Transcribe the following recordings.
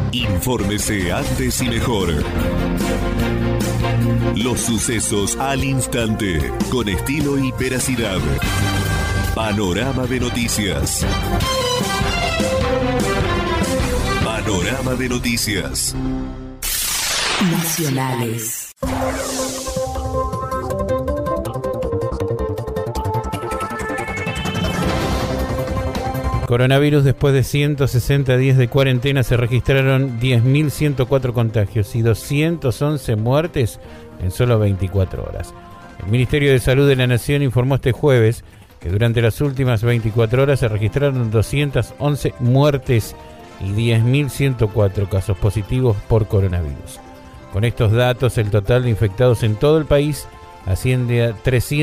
Infórmese antes y mejor. Los sucesos al instante, con estilo y veracidad. Panorama de noticias. Panorama de noticias. Nacionales. Coronavirus. Después de 160 días de cuarentena se registraron 10.104 contagios y 211 muertes en solo 24 horas. El Ministerio de Salud de la Nación informó este jueves que durante las últimas 24 horas se registraron 211 muertes y 10.104 casos positivos por coronavirus. Con estos datos, el total de infectados en todo el país asciende a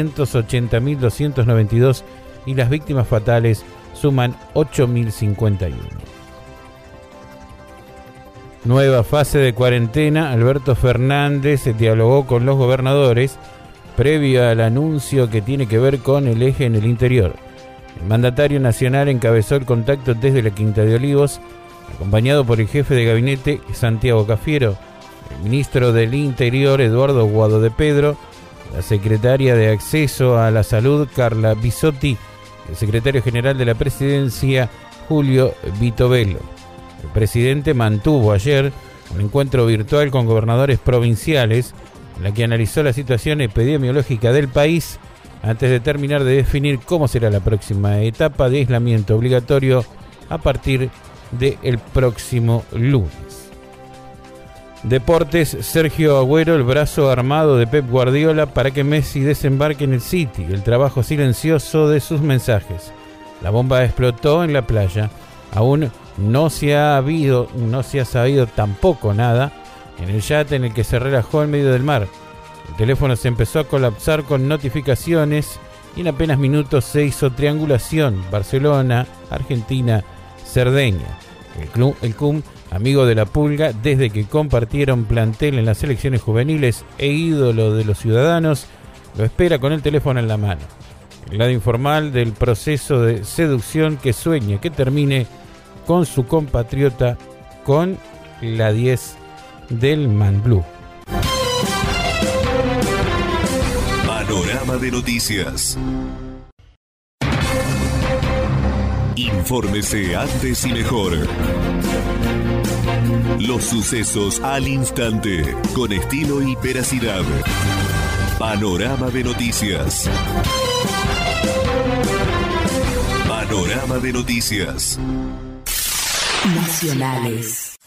380.292 y las víctimas fatales suman 8.051. Nueva fase de cuarentena. Alberto Fernández dialogó con los gobernadores previo al anuncio que tiene que ver con el eje en el interior. El mandatario nacional encabezó el contacto desde la Quinta de Olivos, acompañado por el jefe de gabinete Santiago Cafiero, el ministro del Interior Eduardo Guado de Pedro, la secretaria de Acceso a la Salud Carla Bisotti, el secretario general de la Presidencia Julio Vitovelo. El presidente mantuvo ayer un encuentro virtual con gobernadores provinciales en la que analizó la situación epidemiológica del país antes de terminar de definir cómo será la próxima etapa de aislamiento obligatorio a partir del próximo lunes. Deportes. Sergio Agüero, el brazo armado de Pep Guardiola para que Messi desembarque en el City. El trabajo silencioso de sus mensajes. La bomba explotó en la playa. Aún no se ha sabido tampoco nada en el yate en el que se relajó en medio del mar. El teléfono se empezó a colapsar con notificaciones y en apenas minutos se hizo triangulación. Barcelona, Argentina, Cerdeña. El CUM, amigo de la Pulga desde que compartieron plantel en las selecciones juveniles e ídolo de los ciudadanos, lo espera con el teléfono en la mano. El lado informal del proceso de seducción que sueña que termine con su compatriota con la 10 del Man Blue. Panorama de noticias. Infórmese antes y mejor. Los sucesos al instante, con estilo y veracidad. Panorama de noticias. Panorama de noticias. Nacionales.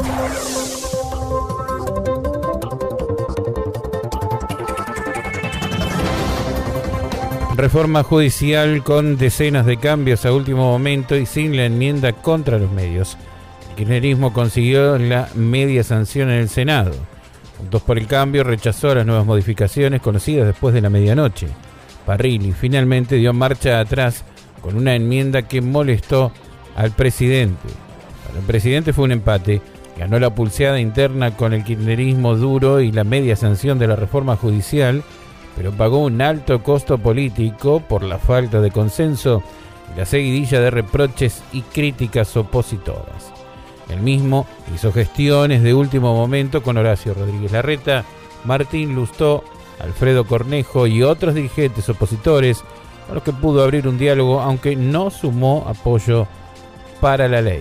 Reforma judicial con decenas de cambios a último momento y sin la enmienda contra los medios. El kirchnerismo consiguió la media sanción en el Senado. Juntos por el Cambio rechazó las nuevas modificaciones conocidas después de la medianoche. Parrilli finalmente dio marcha atrás con una enmienda que molestó al presidente. Para el presidente fue un empate. Ganó la pulseada interna con el kirchnerismo duro y la media sanción de la reforma judicial, pero pagó un alto costo político por la falta de consenso y la seguidilla de reproches y críticas opositoras. Él mismo hizo gestiones de último momento con Horacio Rodríguez Larreta, Martín Lustó, Alfredo Cornejo y otros dirigentes opositores, con los que pudo abrir un diálogo, aunque no sumó apoyo para la ley.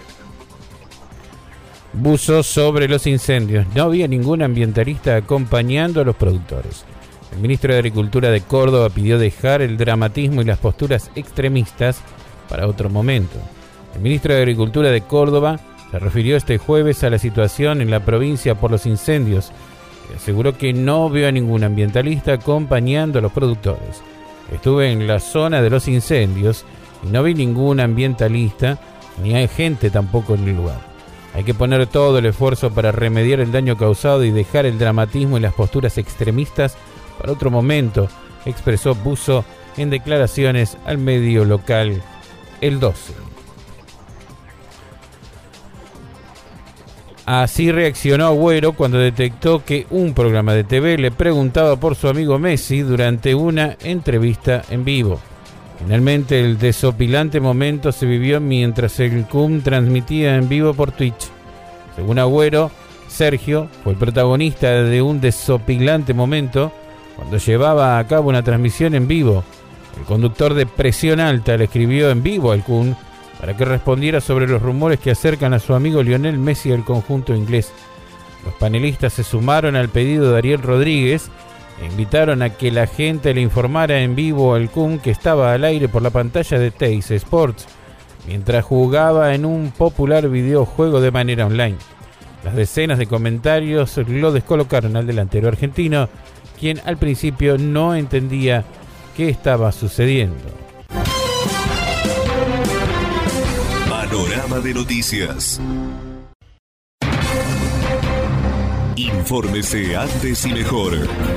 Buzo sobre los incendios. No había ningún ambientalista acompañando a los productores. El ministro de Agricultura de Córdoba pidió dejar el dramatismo y las posturas extremistas para otro momento. El ministro de Agricultura de Córdoba se refirió este jueves a la situación en la provincia por los incendios y aseguró que no vio a ningún ambientalista acompañando a los productores. Estuve en la zona de los incendios y no vi ningún ambientalista, ni hay gente tampoco en el lugar. Hay que poner todo el esfuerzo para remediar el daño causado y dejar el dramatismo y las posturas extremistas para otro momento, expresó Buzo en declaraciones al medio local El 12. Así reaccionó Agüero cuando detectó que un programa de TV le preguntaba por su amigo Messi durante una entrevista en vivo. Finalmente, el desopilante momento se vivió mientras el CUM transmitía en vivo por Twitch. Según Agüero, Sergio fue el protagonista de un desopilante momento cuando llevaba a cabo una transmisión en vivo. El conductor de Presión Alta le escribió en vivo al Kun para que respondiera sobre los rumores que acercan a su amigo Lionel Messi al conjunto inglés. Los panelistas se sumaron al pedido de Ariel Rodríguez e invitaron a que la gente le informara en vivo al Kun que estaba al aire por la pantalla de Teis Sports mientras jugaba en un popular videojuego de manera online. Las decenas de comentarios lo descolocaron al delantero argentino, quien al principio no entendía qué estaba sucediendo. Panorama de noticias. Infórmese antes y mejor.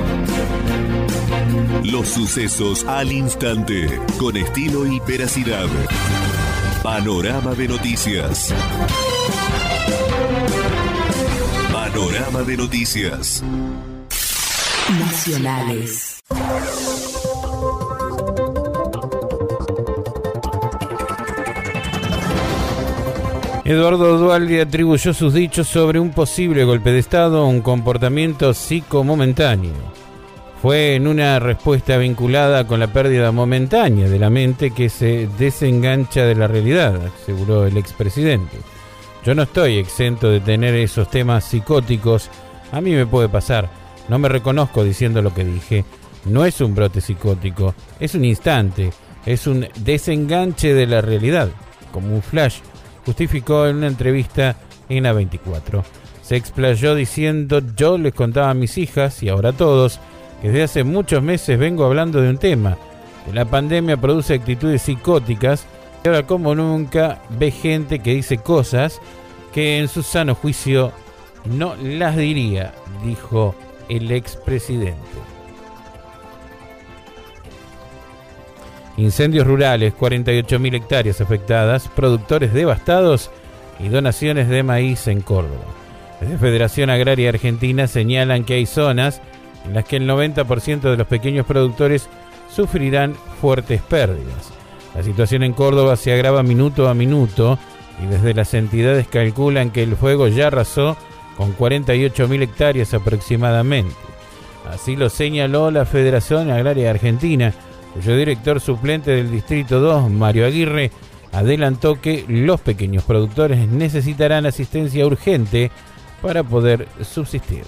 Los sucesos al instante, con estilo y veracidad. Panorama de noticias. Panorama de noticias. Nacionales. Eduardo Duhalde atribuyó sus dichos sobre un posible golpe de Estado a un comportamiento psicomomentáneo. Fue en una respuesta vinculada con la pérdida momentánea de la mente que se desengancha de la realidad, aseguró el expresidente. Yo no estoy exento de tener esos temas psicóticos, a mí me puede pasar, no me reconozco diciendo lo que dije, no es un brote psicótico, es un instante, es un desenganche de la realidad, como un flash, justificó en una entrevista en A24. Se explayó diciendo: yo les contaba a mis hijas y ahora a todos que desde hace muchos meses vengo hablando de un tema, que la pandemia produce actitudes psicóticas y ahora como nunca ve gente que dice cosas que en su sano juicio no las diría, dijo el expresidente. Incendios rurales, 48.000 hectáreas afectadas, productores devastados y donaciones de maíz en Córdoba. Desde Federación Agraria Argentina señalan que hay zonas en las que el 90% de los pequeños productores sufrirán fuertes pérdidas. La situación en Córdoba se agrava minuto a minuto y desde las entidades calculan que el fuego ya arrasó con 48.000 hectáreas aproximadamente. Así lo señaló la Federación Agraria Argentina, cuyo director suplente del Distrito 2, Mario Aguirre, adelantó que los pequeños productores necesitarán asistencia urgente para poder subsistir.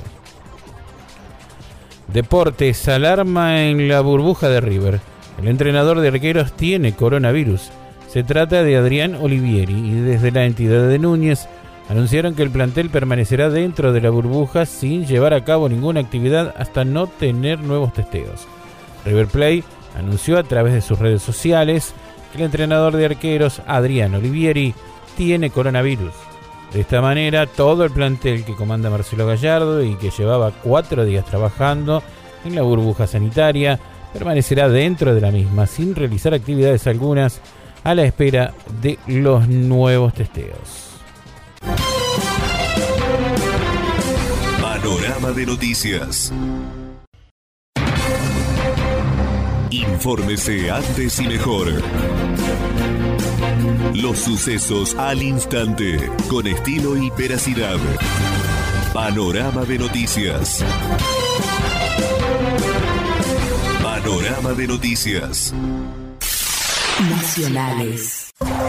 Deportes, alarma en la burbuja de River. El entrenador de arqueros tiene coronavirus. Se trata de Adrián Olivieri y desde la entidad de Núñez anunciaron que el plantel permanecerá dentro de la burbuja sin llevar a cabo ninguna actividad hasta no tener nuevos testeos. River Plate anunció a través de sus redes sociales que el entrenador de arqueros, Adrián Olivieri, tiene coronavirus. De esta manera, todo el plantel que comanda Marcelo Gallardo y que llevaba 4 días trabajando en la burbuja sanitaria permanecerá dentro de la misma sin realizar actividades algunas a la espera de los nuevos testeos. Panorama de noticias. Infórmese antes y mejor. Los sucesos al instante, con estilo y veracidad. Panorama de noticias. Panorama de noticias. Nacionales.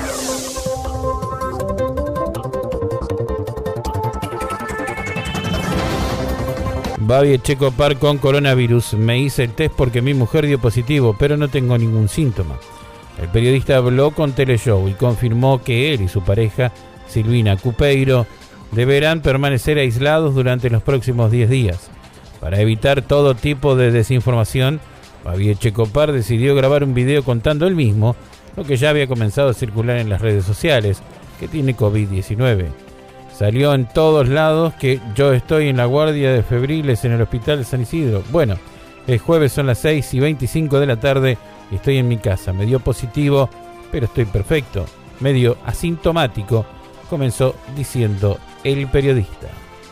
Babi Echecopar con coronavirus. Me hice el test porque mi mujer dio positivo, pero no tengo ningún síntoma. El periodista habló con Teleshow y confirmó que él y su pareja, Silvina Cupeiro, deberán permanecer aislados durante los próximos 10 días. Para evitar todo tipo de desinformación, Babi Echecopar decidió grabar un video contando él mismo lo que ya había comenzado a circular en las redes sociales, que tiene COVID-19. Salió en todos lados que yo estoy en la guardia de febriles en el hospital de San Isidro. Bueno, el jueves son las 6:25 de la tarde y estoy en mi casa. Me dio positivo, pero estoy perfecto. Medio asintomático, comenzó diciendo el periodista.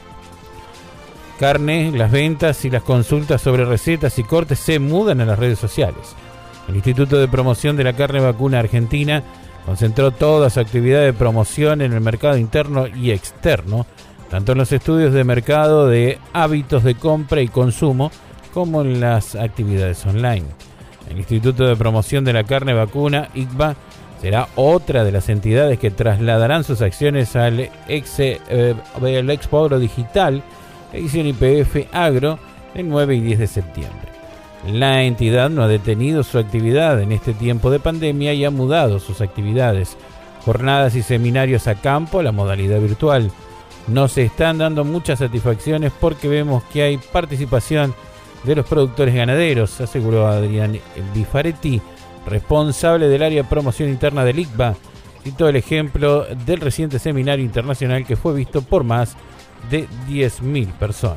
Carne, las ventas y las consultas sobre recetas y cortes se mudan a las redes sociales. El Instituto de Promoción de la Carne Vacuna Argentina concentró toda su actividad de promoción en el mercado interno y externo, tanto en los estudios de mercado de hábitos de compra y consumo como en las actividades online. El Instituto de Promoción de la Carne Vacuna, ICVA, será otra de las entidades que trasladarán sus acciones al Expo Agro Digital, edición IPF Agro, el 9 y 10 de septiembre. La entidad no ha detenido su actividad en este tiempo de pandemia y ha mudado sus actividades, jornadas y seminarios a campo a la modalidad virtual. No se están dando muchas satisfacciones porque vemos que hay participación de los productores ganaderos, aseguró Adrián Bifaretti, responsable del área de promoción interna del ICVA. Citó el ejemplo del reciente seminario internacional que fue visto por más de 10.000 personas.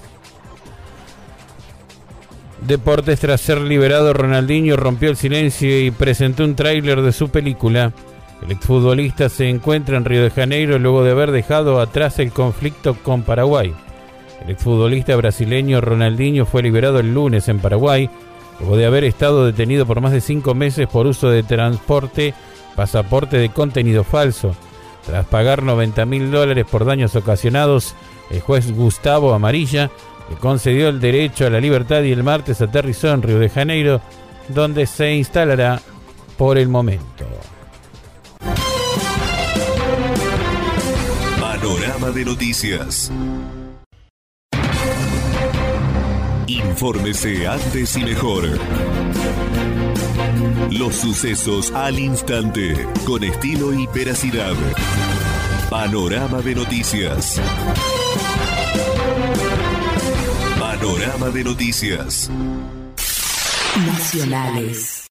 Deportes. Tras ser liberado, Ronaldinho rompió el silencio y presentó un tráiler de su película. El exfutbolista se encuentra en Río de Janeiro luego de haber dejado atrás el conflicto con Paraguay. El exfutbolista brasileño Ronaldinho fue liberado el lunes en Paraguay, luego de haber estado detenido por más de 5 meses por uso de pasaporte de contenido falso. Tras pagar $90.000 por daños ocasionados, el juez Gustavo Amarilla le concedió el derecho a la libertad y el martes aterrizó en Río de Janeiro, donde se instalará por el momento. Panorama de noticias. Infórmese antes y mejor. Los sucesos al instante, con estilo y veracidad. Panorama de noticias. Panorama de noticias. Nacionales.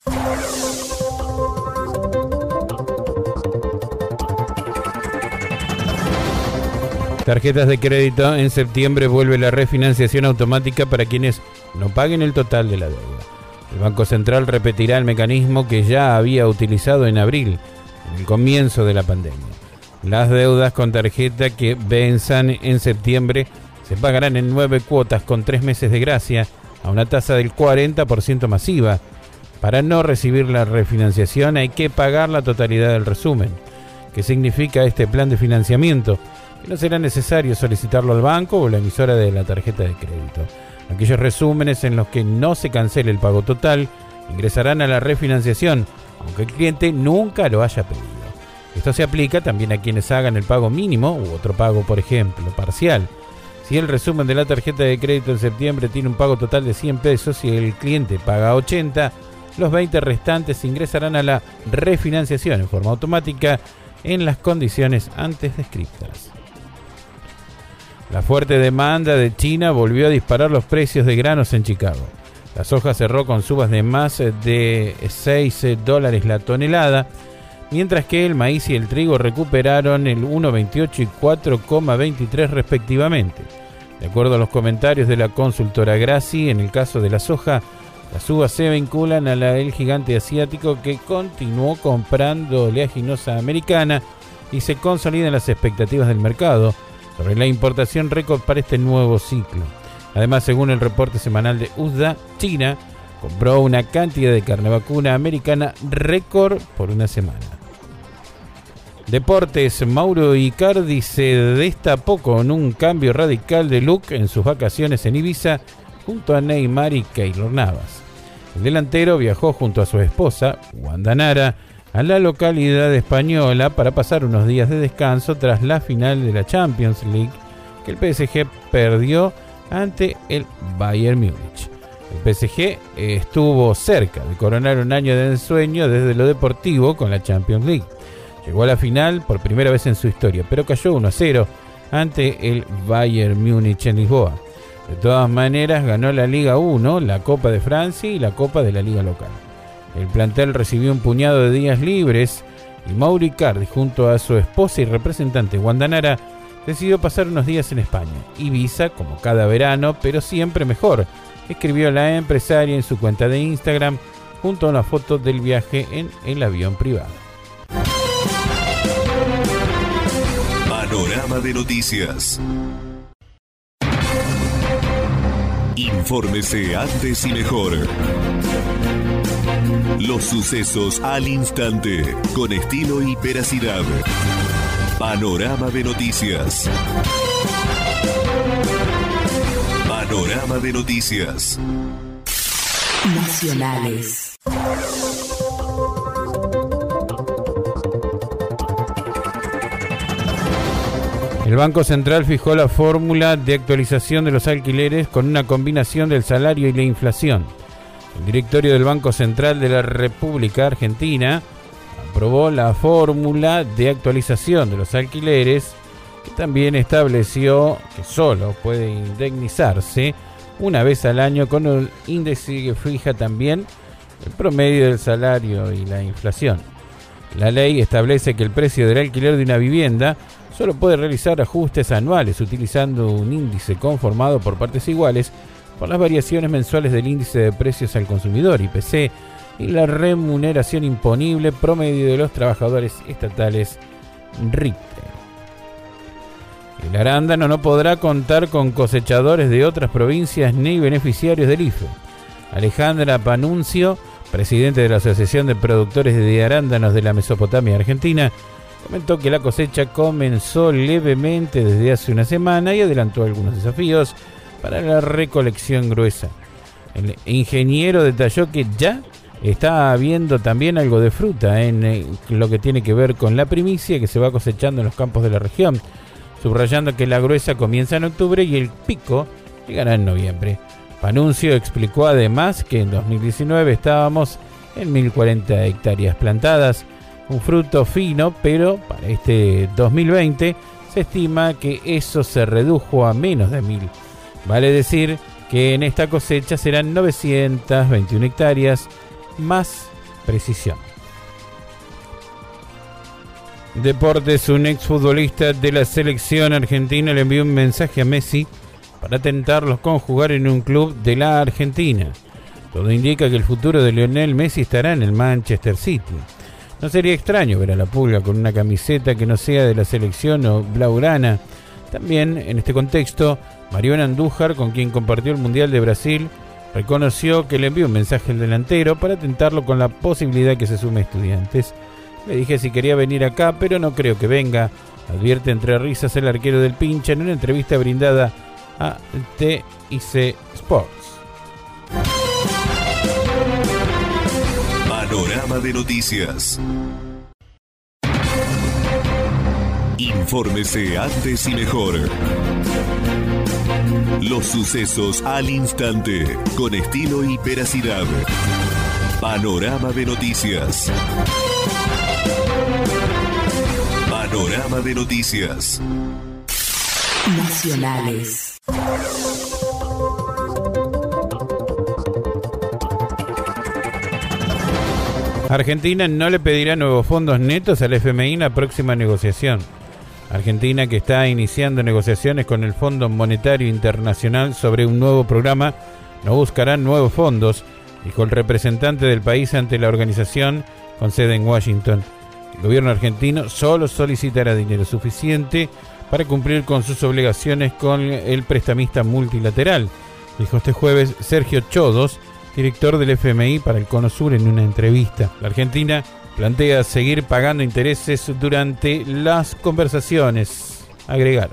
Tarjetas de crédito. En septiembre vuelve la refinanciación automática para quienes no paguen el total de la deuda. El Banco Central repetirá el mecanismo que ya había utilizado en abril, en el comienzo de la pandemia. Las deudas con tarjeta que venzan en septiembre se pagarán en 9 cuotas con 3 meses de gracia a una tasa del 40% masiva. Para no recibir la refinanciación hay que pagar la totalidad del resumen. ¿Qué significa este plan de financiamiento? Que no será necesario solicitarlo al banco o la emisora de la tarjeta de crédito. Aquellos resúmenes en los que no se cancele el pago total ingresarán a la refinanciación, aunque el cliente nunca lo haya pedido. Esto se aplica también a quienes hagan el pago mínimo u otro pago, por ejemplo, parcial. Si el resumen de la tarjeta de crédito en septiembre tiene un pago total de 100 pesos y el cliente paga 80, los 20 restantes ingresarán a la refinanciación en forma automática en las condiciones antes descritas. La fuerte demanda de China volvió a disparar los precios de granos en Chicago. La soja cerró con subas de más de $6 la tonelada, mientras que el maíz y el trigo recuperaron el 1,28 y 4,23 respectivamente. De acuerdo a los comentarios de la consultora Grassi, en el caso de la soja, las subas se vinculan a la del gigante asiático que continuó comprando oleaginosa americana y se consolidan las expectativas del mercado sobre la importación récord para este nuevo ciclo. Además, según el reporte semanal de USDA, China compró una cantidad de carne vacuna americana récord por una semana. Deportes. Mauro Icardi se destapó con un cambio radical de look en sus vacaciones en Ibiza junto a Neymar y Keylor Navas. El delantero viajó junto a su esposa, Wanda Nara, a la localidad española para pasar unos días de descanso tras la final de la Champions League que el PSG perdió ante el Bayern Múnich. El PSG estuvo cerca de coronar un año de ensueño desde lo deportivo con la Champions League. Llegó a la final por primera vez en su historia, pero cayó 1-0 ante el Bayern Múnich en Lisboa. De todas maneras, ganó la Liga 1, la Copa de Francia y la Copa de la Liga local. El plantel recibió un puñado de días libres y Mauro Icardi, junto a su esposa y representante Wanda Nara, decidió pasar unos días en España. Ibiza, como cada verano, pero siempre mejor, escribió la empresaria en su cuenta de Instagram, junto a una foto del viaje en el avión privado. Panorama de noticias. Infórmese antes y mejor. Los sucesos al instante, con estilo y veracidad. Panorama de noticias. Panorama de noticias. Nacionales. El Banco Central fijó la fórmula de actualización de los alquileres con una combinación del salario y la inflación. El directorio del Banco Central de la República Argentina aprobó la fórmula de actualización de los alquileres, que también estableció que solo puede indemnizarse una vez al año con el índice que fija también el promedio del salario y la inflación. La ley establece que el precio del alquiler de una vivienda solo puede realizar ajustes anuales utilizando un índice conformado por partes iguales por las variaciones mensuales del índice de precios al consumidor, IPC, y la remuneración imponible promedio de los trabajadores estatales, RIPTE. El arándano no podrá contar con cosechadores de otras provincias ni beneficiarios del IFE. Alejandra Panuncio, presidente de la Asociación de Productores de Arándanos de la Mesopotamia Argentina, comentó que la cosecha comenzó levemente desde hace una semana y adelantó algunos desafíos para la recolección gruesa. El ingeniero detalló que ya está habiendo también algo de fruta en lo que tiene que ver con la primicia que se va cosechando en los campos de la región, subrayando que la gruesa comienza en octubre y el pico llegará en noviembre. Panuncio explicó además que en 2019 estábamos en 1.040 hectáreas plantadas, un fruto fino, pero para este 2020 se estima que eso se redujo a menos de 1.000. Vale decir que en esta cosecha serán 921 hectáreas, más precisión. Deportes, un exfutbolista de la selección argentina le envió un mensaje a Messi para tentarlos con jugar en un club de la Argentina. Todo indica que el futuro de Lionel Messi estará en el Manchester City. No sería extraño ver a la Pulga con una camiseta que no sea de la selección o blaugrana. También, en este contexto, Mariano Andújar, con quien compartió el Mundial de Brasil, reconoció que le envió un mensaje al delantero para tentarlo con la posibilidad que se sume a Estudiantes. Le dije si quería venir acá, pero no creo que venga, advierte entre risas el arquero del Pincha en una entrevista brindada a TIC Sports. Panorama de noticias. Infórmese antes y mejor. Los sucesos al instante, con estilo y veracidad. Panorama de noticias. Panorama de noticias. Nacionales. Argentina no le pedirá nuevos fondos netos al FMI en la próxima negociación. Argentina, que está iniciando negociaciones con el Fondo Monetario Internacional sobre un nuevo programa, no buscará nuevos fondos, dijo el representante del país ante la organización con sede en Washington. El gobierno argentino solo solicitará dinero suficiente para cumplir con sus obligaciones con el prestamista multilateral, dijo este jueves Sergio Chodos, director del FMI para el Cono Sur, en una entrevista. La Argentina plantea seguir pagando intereses durante las conversaciones, agregaron.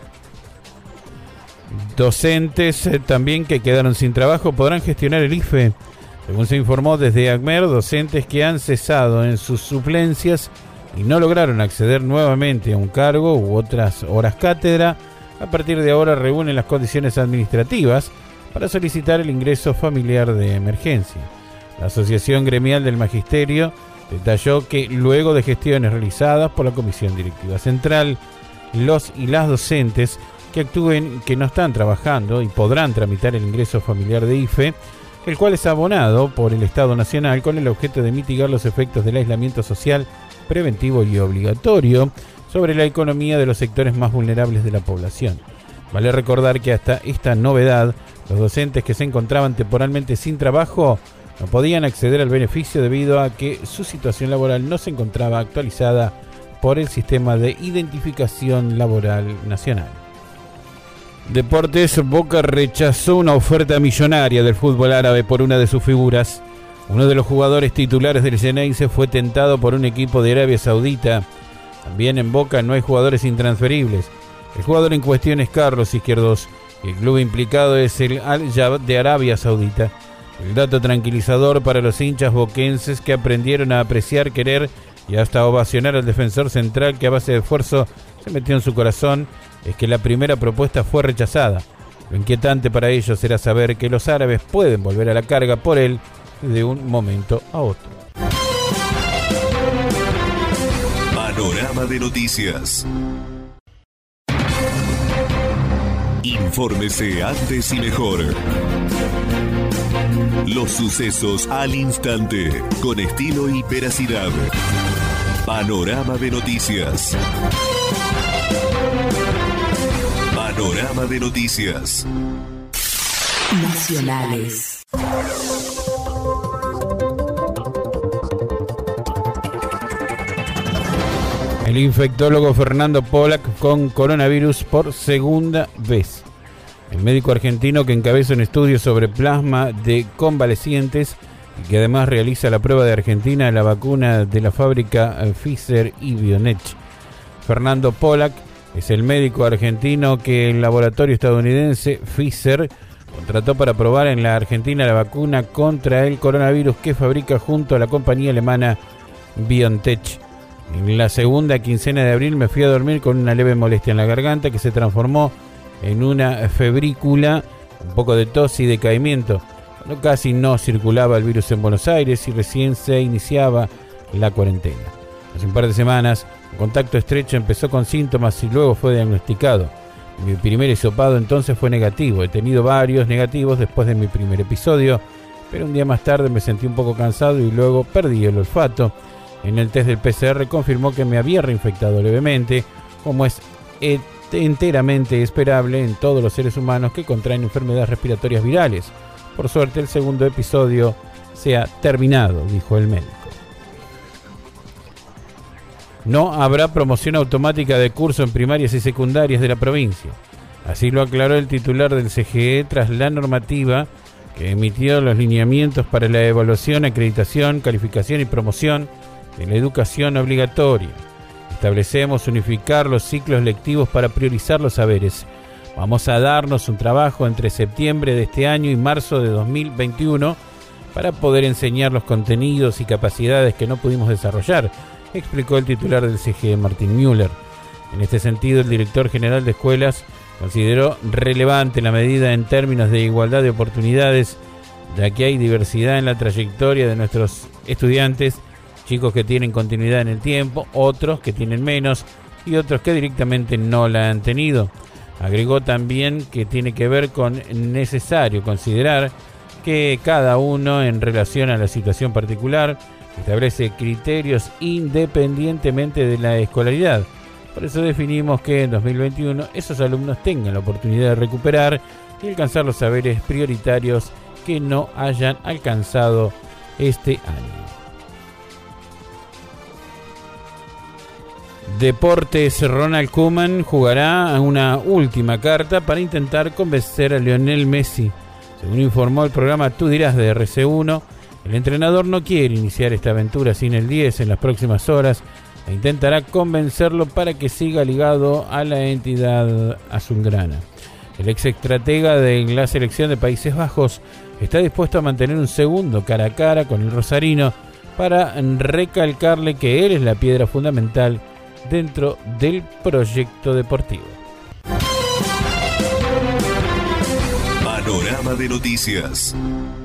Docentes también que quedaron sin trabajo podrán gestionar el IFE. Según se informó desde ACMER, docentes que han cesado en sus suplencias y no lograron acceder nuevamente a un cargo u otras horas cátedra, a partir de ahora reúnen las condiciones administrativas para solicitar el ingreso familiar de emergencia. La Asociación Gremial del Magisterio detalló que luego de gestiones realizadas por la Comisión Directiva Central, los y las docentes que actúen que no están trabajando y podrán tramitar el ingreso familiar de IFE, el cual es abonado por el Estado Nacional con el objeto de mitigar los efectos del aislamiento social preventivo y obligatorio sobre la economía de los sectores más vulnerables de la población. Vale recordar que hasta esta novedad, los docentes que se encontraban temporalmente sin trabajo no podían acceder al beneficio debido a que su situación laboral no se encontraba actualizada por el Sistema de Identificación Laboral Nacional. Deportes, Boca rechazó una oferta millonaria del fútbol árabe por una de sus figuras. Uno de los jugadores titulares del Xeneize fue tentado por un equipo de Arabia Saudita. También en Boca no hay jugadores intransferibles. El jugador en cuestión es Carlos Izquierdos y el club implicado es el Al-Jabr de Arabia Saudita. El dato tranquilizador para los hinchas boquenses que aprendieron a apreciar, querer y hasta ovacionar al defensor central que a base de esfuerzo se metió en su corazón es que la primera propuesta fue rechazada. Lo inquietante para ellos era saber que los árabes pueden volver a la carga por él de un momento a otro. Panorama de noticias. Infórmese antes y mejor. Los sucesos al instante, con estilo y veracidad. Panorama de noticias. Panorama de noticias. Nacionales. El infectólogo Fernando Pollack con coronavirus por segunda vez. El médico argentino que encabeza un estudio sobre plasma de convalecientes y que además realiza la prueba de Argentina de la vacuna de la fábrica Pfizer y BioNTech. Fernando Pollack es el médico argentino que el laboratorio estadounidense Pfizer contrató para probar en la Argentina la vacuna contra el coronavirus que fabrica junto a la compañía alemana BioNTech. En la segunda quincena de abril me fui a dormir con una leve molestia en la garganta que se transformó en una febrícula, un poco de tos y decaimiento. Cuando casi no circulaba el virus en Buenos Aires y recién se iniciaba la cuarentena. Hace un par de semanas, un contacto estrecho empezó con síntomas y luego fue diagnosticado. Mi primer hisopado entonces fue negativo. He tenido varios negativos después de mi primer episodio, pero un día más tarde me sentí un poco cansado y luego perdí el olfato. En el test del PCR confirmó que me había reinfectado levemente, como es enteramente esperable en todos los seres humanos que contraen enfermedades respiratorias virales. Por suerte, el segundo episodio se ha terminado, dijo el médico. No habrá promoción automática de curso en primarias y secundarias de la provincia. Así lo aclaró el titular del CGE tras la normativa que emitió los lineamientos para la evaluación, acreditación, calificación y promoción de la educación obligatoria. Establecemos unificar los ciclos lectivos para priorizar los saberes. Vamos a darnos un trabajo entre septiembre de este año y marzo de 2021 para poder enseñar los contenidos y capacidades que no pudimos desarrollar, explicó el titular del CGE, Martín Müller. En este sentido, el director general de escuelas consideró relevante la medida en términos de igualdad de oportunidades, ya que hay diversidad en la trayectoria de nuestros estudiantes, chicos que tienen continuidad en el tiempo, otros que tienen menos y otros que directamente no la han tenido. Agregó también que tiene que ver con necesario considerar que cada uno en relación a la situación particular establece criterios independientemente de la escolaridad. Por eso definimos que en 2021 esos alumnos tengan la oportunidad de recuperar y alcanzar los saberes prioritarios que no hayan alcanzado este año. Deportes. Ronald Koeman jugará una última carta para intentar convencer a Lionel Messi. Según informó el programa Tú Dirás de RC1, el entrenador no quiere iniciar esta aventura sin el 10 en las próximas horas e intentará convencerlo para que siga ligado a la entidad azulgrana. El ex estratega de la selección de Países Bajos está dispuesto a mantener un segundo cara a cara con el rosarino para recalcarle que él es la piedra fundamental dentro del proyecto deportivo. Panorama de noticias.